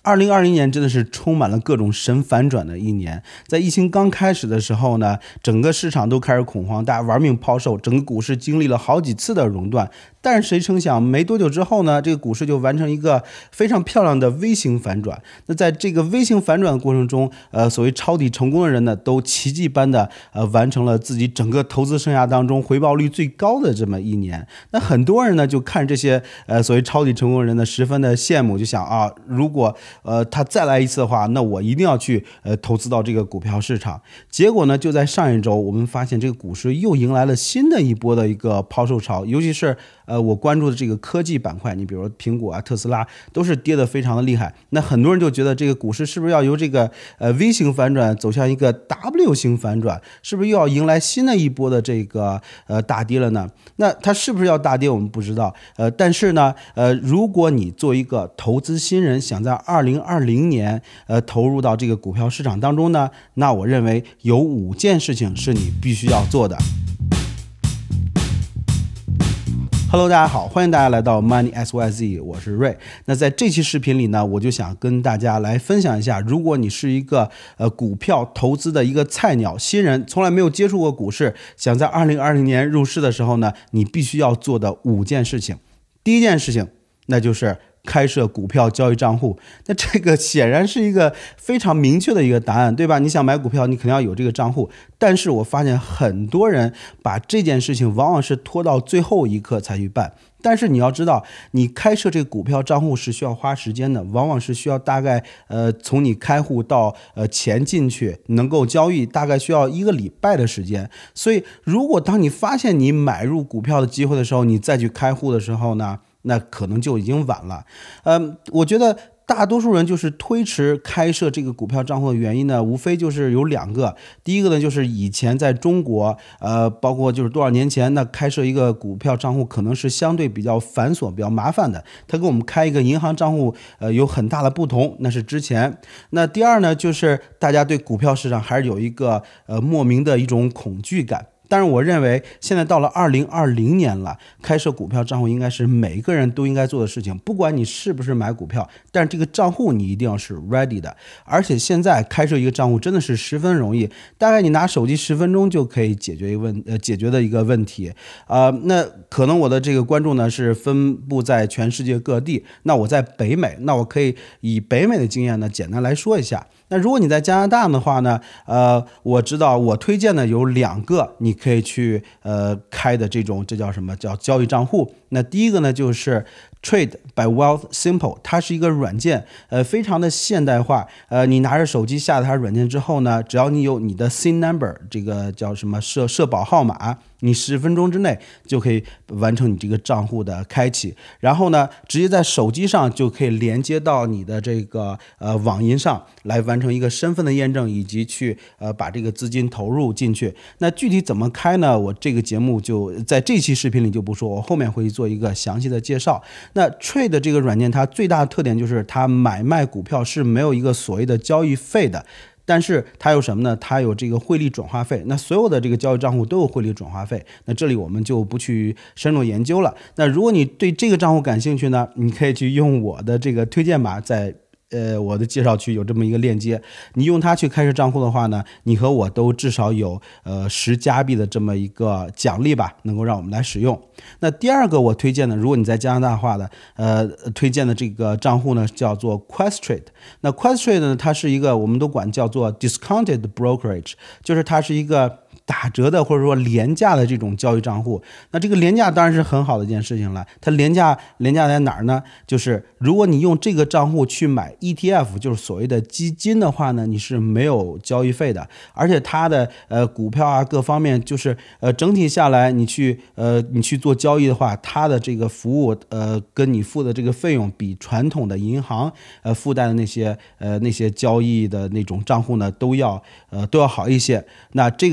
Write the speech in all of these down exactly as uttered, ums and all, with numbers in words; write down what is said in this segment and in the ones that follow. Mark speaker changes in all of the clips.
Speaker 1: 二零二零年真的是充满了各种神反转的一年。在疫情刚开始的时候呢，整个市场都开始恐慌，大家玩命抛售，整个股市经历了好几次的熔断。但是谁成想，没多久之后呢，这个股市就完成一个非常漂亮的 V 型反转。那在这个 V 型反转的过程中，呃，所谓抄底成功的人呢，都奇迹般的呃完成了自己整个投资生涯当中回报率最高的这么一年。那很多人呢就看这些呃所谓抄底成功的人呢，十分的羡慕，就想啊，如果呃他再来一次的话，那我一定要去呃投资到这个股票市场。结果呢，就在上一周，我们发现这个股市又迎来了新的一波的一个抛售潮，尤其是呃我关注的这个科技板块，你比如说苹果啊、特斯拉，都是跌得非常的厉害。那很多人就觉得这个股市是不是要由这个呃 V 型反转走向一个 W 型反转，是不是又要迎来新的一波的这个呃大跌了呢？那它是不是要大跌，我们不知道。呃，但是呢，呃，如果你做一个投资新人，想在二零二零年呃投入到这个股票市场当中呢，那我认为有五件事情是你必须要做的。Hello， 大家好，欢迎大家来到 Money X Y Z， 我是瑞。那在这期视频里呢，我就想跟大家来分享一下，如果你是一个呃股票投资的一个菜鸟新人，从来没有接触过股市，想在二零二零年入市的时候呢，你必须要做的五件事情。第一件事情，那就是开设股票交易账户。那这个显然是一个非常明确的一个答案，对吧？你想买股票，你肯定要有这个账户。但是我发现很多人把这件事情往往是拖到最后一刻才去办。但是你要知道，你开设这个股票账户是需要花时间的，往往是需要大概呃从你开户到呃钱进去能够交易，大概需要一个礼拜的时间。所以如果当你发现你买入股票的机会的时候，你再去开户的时候呢，那可能就已经晚了。嗯，我觉得大多数人就是推迟开设这个股票账户的原因呢，无非就是有两个。第一个呢，就是以前在中国，呃，包括就是多少年前，那开设一个股票账户可能是相对比较繁琐、比较麻烦的，它跟我们开一个银行账户，呃，有很大的不同。那是之前。那第二呢，就是大家对股票市场还是有一个呃莫名的一种恐惧感。但是我认为现在到了二零二零年了，开设股票账户应该是每一个人都应该做的事情，不管你是不是买股票，但是这个账户你一定要是 ready 的。而且现在开设一个账户真的是十分容易，大概你拿手机十分钟就可以解决一个问呃解决的一个问题。呃，那可能我的这个关注呢是分布在全世界各地，那我在北美，那我可以以北美的经验呢简单来说一下。那如果你在加拿大的话呢，呃，我知道我推荐的有两个你可以去呃开的这种，这叫什么叫交易账户。那第一个呢就是 Trade by Wealthsimple， 它是一个软件，呃，非常的现代化。呃，你拿着手机下载它软件之后呢，只要你有你的 S I N number， 这个叫什么社社保号码，你十分钟之内就可以完成你这个账户的开启。然后呢，直接在手机上就可以连接到你的这个呃网银上来完成一个身份的验证，以及去呃把这个资金投入进去。那具体怎么开呢？我这个节目就在这期视频里就不说，我后面会做一个详细的介绍。那 Trade 这个软件它最大的特点就是它买卖股票是没有一个所谓的交易费的。但是它有什么呢？它有这个汇率转化费。那所有的这个交易账户都有汇率转化费。那这里我们就不去深入研究了。那如果你对这个账户感兴趣呢，你可以去用我的这个推荐码，在呃我的介绍区有这么一个链接。你用它去开设账户的话呢，你和我都至少有呃十加币的这么一个奖励吧，能够让我们来使用。那第二个我推荐的，如果你在加拿大话的，呃，推荐的这个账户呢，叫做 Questrade。那 Questrade 呢，它是一个我们都管叫做 discounted brokerage， 就是它是一个打折的或者说廉价的这种交易账户。那这个廉价当然是很好的一件事情了。它廉价廉价在哪儿呢？就是如果你用这个账户去买 E T F， 就是所谓的基金的话呢，你是没有交易费的。而且它的呃股票啊各方面，就是呃整体下来你去呃你去做交易的话，它的这个服务呃跟你付的这个费用比传统的银行呃附带的那些呃那些交易的那种账户呢都要呃都要好一些。那这个也是我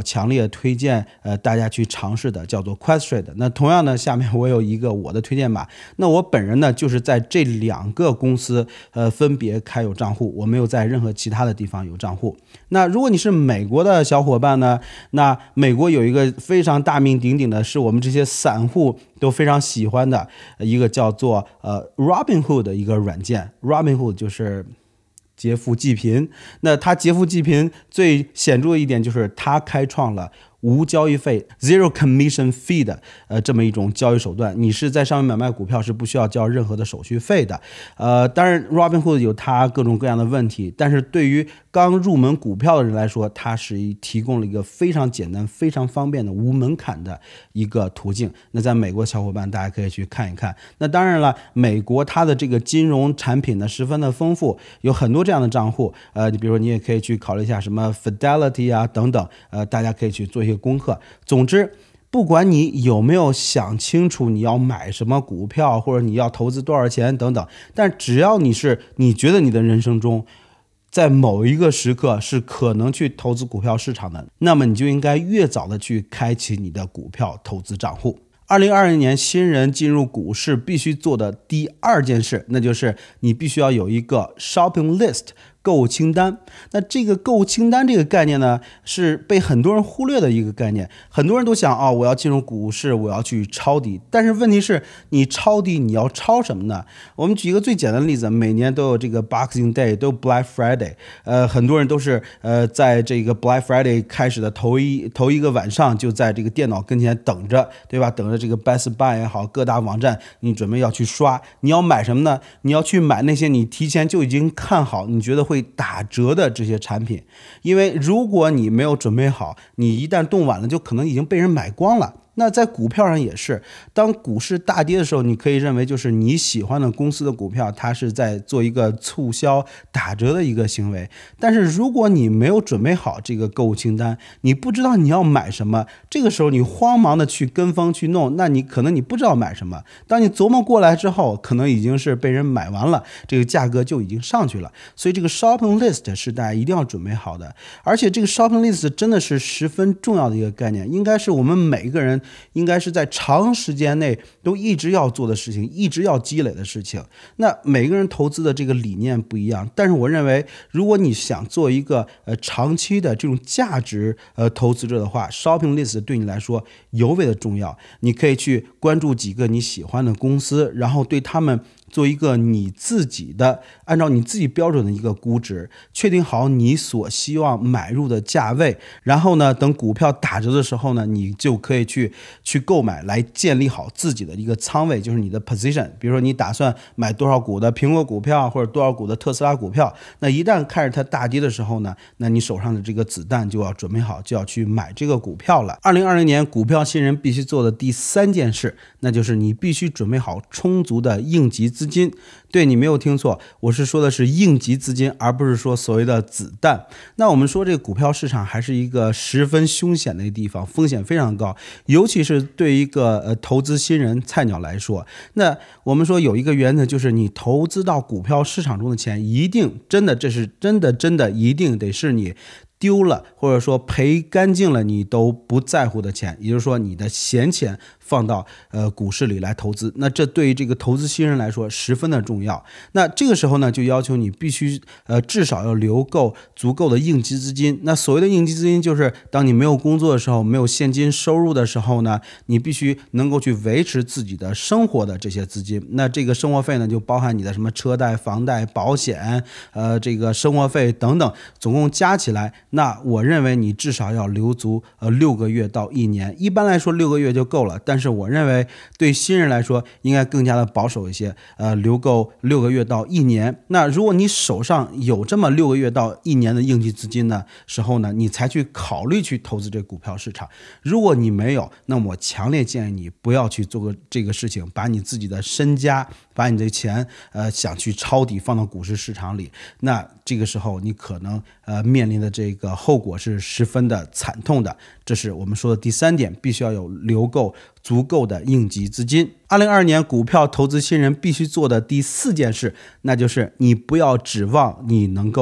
Speaker 1: 我强烈推荐呃大家去尝试的，叫做 Questrade。那同样呢，下面我有一个我的推荐码。那我本人呢就是在这两个公司呃分别开有账户，我没有在任何其他的地方有账户。那如果你是美国的小伙伴呢，那美国有一个非常大名鼎鼎的，是我们这些散户都非常喜欢的一个叫做呃 Robinhood 的一个软件。 Robinhood 就是劫富济贫。那它劫富济贫最显著的一点就是它开创了无交易费 zero commission fee 的呃这么一种交易手段，你是在上面买卖股票是不需要交任何的手续费的。呃，当然 Robinhood 有它各种各样的问题，但是对于刚入门股票的人来说，它是提供了一个非常简单非常方便的无门槛的一个途径。那在美国小伙伴大家可以去看一看。那当然了，美国它的这个金融产品呢十分的丰富，有很多这样的账户，呃，你比如说你也可以去考虑一下什么 Fidelity 啊等等，呃，大家可以去做一些功课。总之，不管你有没有想清楚你要买什么股票，或者你要投资多少钱等等，但只要你是你觉得你的人生中在某一个时刻是可能去投资股票市场的，那么你就应该越早的去开启你的股票投资账户。二零二零年新人进入股市必须做的第二件事，那就是你必须要有一个 shopping list 购物清单。那这个购物清单这个概念呢，是被很多人忽略的一个概念。很多人都想哦，我要进入股市，我要去抄底。但是问题是，你抄底你要抄什么呢？我们举一个最简单的例子，每年都有这个 Boxing Day， 都有 Black Friday。呃，很多人都是呃在这个 Black Friday 开始的头一头一个晚上，就在这个电脑跟前等着，对吧？等着这个 Best Buy 也好，各大网站，你准备要去刷。你要买什么呢？你要去买那些你提前就已经看好，你觉得会打折的这些产品。因为如果你没有准备好，你一旦动晚了，就可能已经被人买光了。那在股票上也是，当股市大跌的时候，你可以认为就是你喜欢的公司的股票，它是在做一个促销打折的一个行为。但是如果你没有准备好这个购物清单，你不知道你要买什么，这个时候你慌忙的去跟风去弄，那你可能你不知道买什么。当你琢磨过来之后，可能已经是被人买完了，这个价格就已经上去了。所以这个 shopping list 是大家一定要准备好的。而且这个 shopping list 真的是十分重要的一个概念，应该是我们每一个人应该是在长时间内都一直要做的事情，一直要积累的事情。那每个人投资的这个理念不一样，但是我认为，如果你想做一个呃长期的这种价值呃投资者的话 ，shopping list 对你来说尤为的重要。你可以去关注几个你喜欢的公司，然后对他们做一个你自己的按照你自己标准的一个估值，确定好你所希望买入的价位，然后呢，等股票打折的时候呢，你就可以去去购买，来建立好自己的一个仓位，就是你的 position。比如说你打算买多少股的苹果股票，或者多少股的特斯拉股票，那一旦开始它大跌的时候呢，那你手上的这个子弹就要准备好，就要去买这个股票了。二零二零年股票新人必须做的第三件事，那就是你必须准备好充足的应急资金。对，你没有听错，我是说的是应急资金，而不是说所谓的子弹。那我们说这个股票市场还是一个十分凶险的地方，风险非常高，尤其是对于一个呃投资新人菜鸟来说。那我们说有一个原则，就是你投资到股票市场中的钱，一定真的这是真的真的一定得是你丢了或者说赔干净了你都不在乎的钱，也就是说你的闲钱放到呃股市里来投资。那这对于这个投资新人来说十分的重要。那这个时候呢，就要求你必须呃至少要留够足够的应急资金。那所谓的应急资金，就是当你没有工作的时候，没有现金收入的时候呢，你必须能够去维持自己的生活的这些资金。那这个生活费呢，就包含你的什么车贷、房贷、保险，呃这个生活费等等，总共加起来，那我认为你至少要留足呃六个月到一年。一般来说六个月就够了，但是我认为对新人来说应该更加的保守一些，呃，留够六个月到一年。那如果你手上有这么六个月到一年的应急资金的时候呢，你才去考虑去投资这个股票市场。如果你没有，那我强烈建议你不要去做个这个事情，把你自己的身家，把你的钱，呃，想去抄底放到股市市场里，那这个时候你可能呃面临的这个后果是十分的惨痛的。这是我们说的第三点，必须要有留够足够的应急资金。二零二二年股票投资新人必须做的第四件事，那就是你不要指望你能够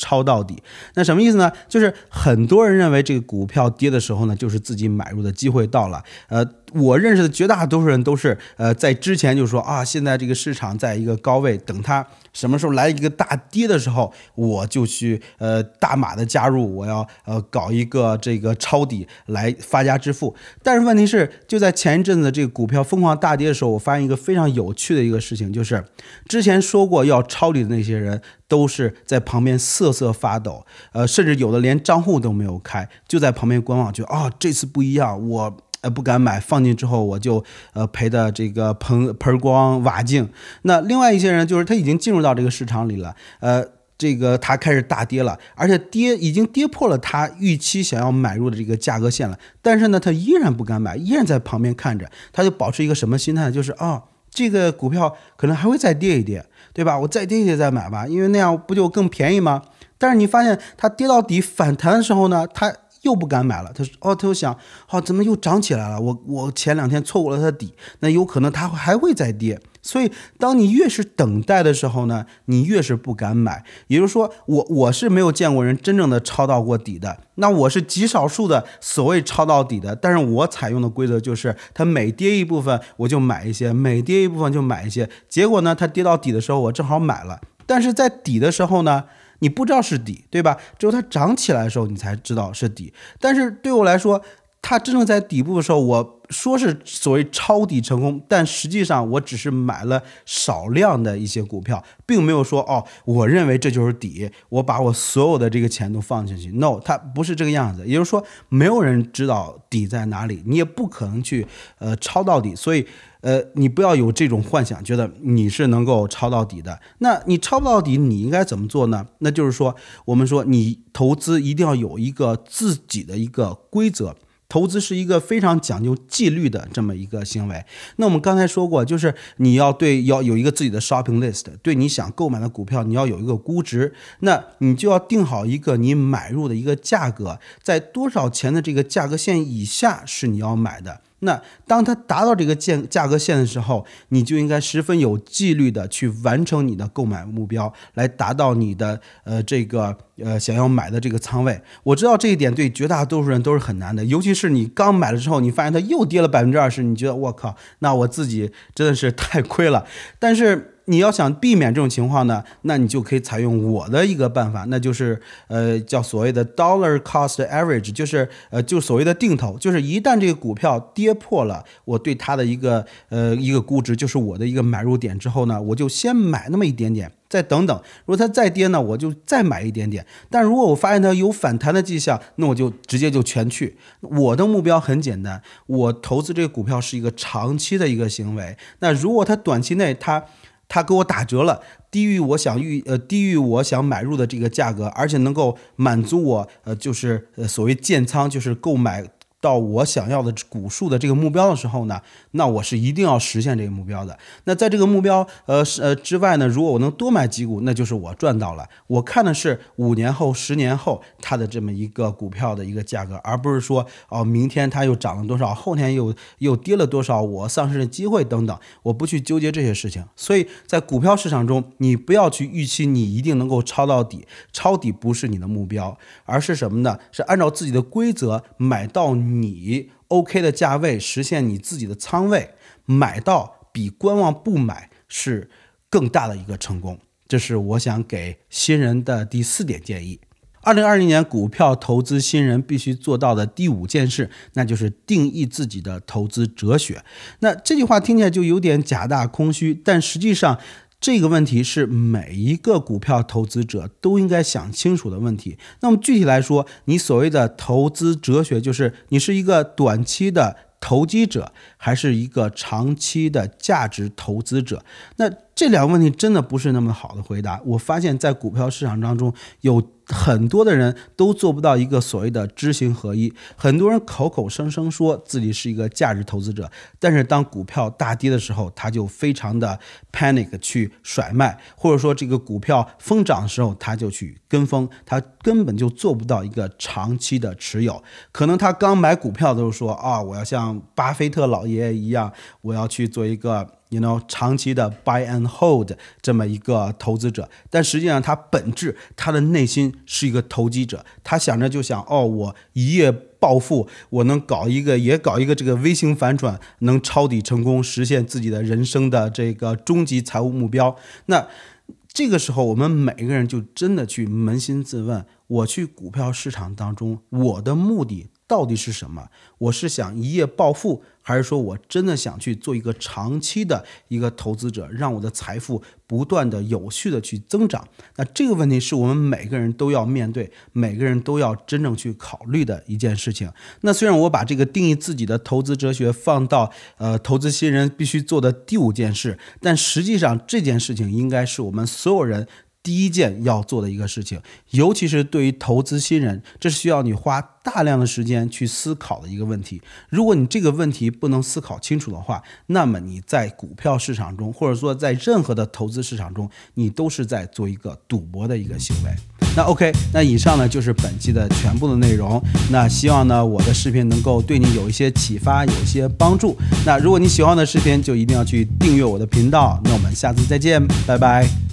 Speaker 1: 抄到底。那什么意思呢？就是很多人认为这个股票跌的时候呢，就是自己买入的机会到了。呃，我认识的绝大多数人都是呃在之前就说啊，现在这个市场在一个高位，等它什么时候来一个大跌的时候，我就去呃大码的加入，我要呃搞一个这个抄底来发家致富。但是问题是，就在前一阵子这个股票疯狂大跌的时候，我发现一个非常有趣的一个事情，就是之前说过要抄底的那些人，都是在旁边瑟瑟发抖，呃，甚至有的连账户都没有开，就在旁边观望，就啊、哦、这次不一样，我呃不敢买，放进之后我就呃赔的这个盆盆光瓦净。那另外一些人就是他已经进入到这个市场里了，呃。这个它开始大跌了，而且跌已经跌破了他预期想要买入的这个价格线了，但是呢，他依然不敢买，依然在旁边看着，他就保持一个什么心态，就是啊、哦，这个股票可能还会再跌一跌，对吧？我再跌一跌再买吧，因为那样不就更便宜吗？但是你发现它跌到底反弹的时候呢，它又不敢买了。他说：“哦，他就想，哦，怎么又涨起来了？我我前两天错过了它的底，那有可能它还会再跌。所以，当你越是等待的时候呢，你越是不敢买。也就是说，我我是没有见过人真正的抄到过底的。那我是极少数的所谓抄到底的，但是我采用的规则就是，它每跌一部分我就买一些，每跌一部分就买一些。结果呢，它跌到底的时候，我正好买了。但是在底的时候呢，你不知道是底，对吧？只有它涨起来的时候，你才知道是底。但是对我来说，它真正在底部的时候，我说是所谓抄底成功，但实际上我只是买了少量的一些股票，并没有说哦，我认为这就是底，我把我所有的这个钱都放进去。No， 它不是这个样子。也就是说，没有人知道底在哪里，你也不可能去呃抄到底。所以呃，你不要有这种幻想，觉得你是能够抄到底的。那你抄不到底，你应该怎么做呢？那就是说，我们说你投资一定要有一个自己的一个规则。投资是一个非常讲究纪律的这么一个行为。那我们刚才说过，就是你要对要有一个自己的 shopping list， 对你想购买的股票，你要有一个估值，那你就要定好一个你买入的一个价格，在多少钱的这个价格线以下是你要买的。那当它达到这个价价格线的时候，你就应该十分有纪律的去完成你的购买目标，来达到你的呃这个呃想要买的这个仓位。我知道这一点对绝大多数人都是很难的，尤其是你刚买了之后，你发现它又跌了百分之二十，你觉得我靠，那我自己真的是太亏了。但是你要想避免这种情况呢，那你就可以采用我的一个办法，那就是呃叫所谓的 dollar cost average， 就是呃就所谓的定投，就是一旦这个股票跌破了我对它的一个呃一个估值，就是我的一个买入点之后呢，我就先买那么一点点，再等等，如果它再跌呢，我就再买一点点。但如果我发现它有反弹的迹象，那我就直接就全去。我的目标很简单，我投资这个股票是一个长期的一个行为。那如果它短期内它它给我打折了，低于我想预呃低于我想买入的这个价格，而且能够满足我呃就是呃所谓建仓，就是购买到我想要的股数的这个目标的时候呢，那我是一定要实现这个目标的。那在这个目标呃呃之外呢，如果我能多买几股，那就是我赚到了。我看的是五年后、十年后它的这么一个股票的一个价格，而不是说哦明天它又涨了多少，后天又又跌了多少，我丧失的机会等等，我不去纠结这些事情。所以在股票市场中，你不要去预期你一定能够抄到底，抄底不是你的目标，而是什么呢？是按照自己的规则买到你 OK 的价位，实现你自己的仓位，买到比观望不买是更大的一个成功。这是我想给新人的第四点建议。二零二零年股票投资新人必须做到的第五件事，那就是定义自己的投资哲学。那这句话听起来就有点假大空虚，但实际上这个问题是每一个股票投资者都应该想清楚的问题。那么具体来说，你所谓的投资哲学，就是你是一个短期的投机者，还是一个长期的价值投资者？那这两个问题真的不是那么好的回答。我发现在股票市场当中，有很多的人都做不到一个所谓的知行合一。很多人口口声声说自己是一个价值投资者，但是当股票大跌的时候，他就非常的 panic 去甩卖，或者说这个股票疯涨的时候，他就去跟风，他根本就做不到一个长期的持有。可能他刚买股票的时候说啊，我要像巴菲特老爷爷一样，我要去做一个 you know 长期的 buy and hold 这么一个投资者，但实际上他本质他的内心是一个投机者，他想着就想哦，我一夜暴富，我能搞一个也搞一个这个 V 型反转，能抄底成功，实现自己的人生的这个终极财务目标。那这个时候我们每个人就真的去扪心自问，我去股票市场当中，我的目的到底是什么？我是想一夜暴富，还是说我真的想去做一个长期的一个投资者，让我的财富不断的有序的去增长？那这个问题是我们每个人都要面对，每个人都要真正去考虑的一件事情。那虽然我把这个定义自己的投资哲学放到呃投资新人必须做的第五件事，但实际上这件事情应该是我们所有人第一件要做的一个事情，尤其是对于投资新人，这是需要你花大量的时间去思考的一个问题。如果你这个问题不能思考清楚的话，那么你在股票市场中，或者说在任何的投资市场中，你都是在做一个赌博的一个行为。那 OK， 那以上呢就是本期的全部的内容。那希望呢我的视频能够对你有一些启发，有一些帮助。那如果你喜欢我的视频，就一定要去订阅我的频道。那我们下次再见，拜拜。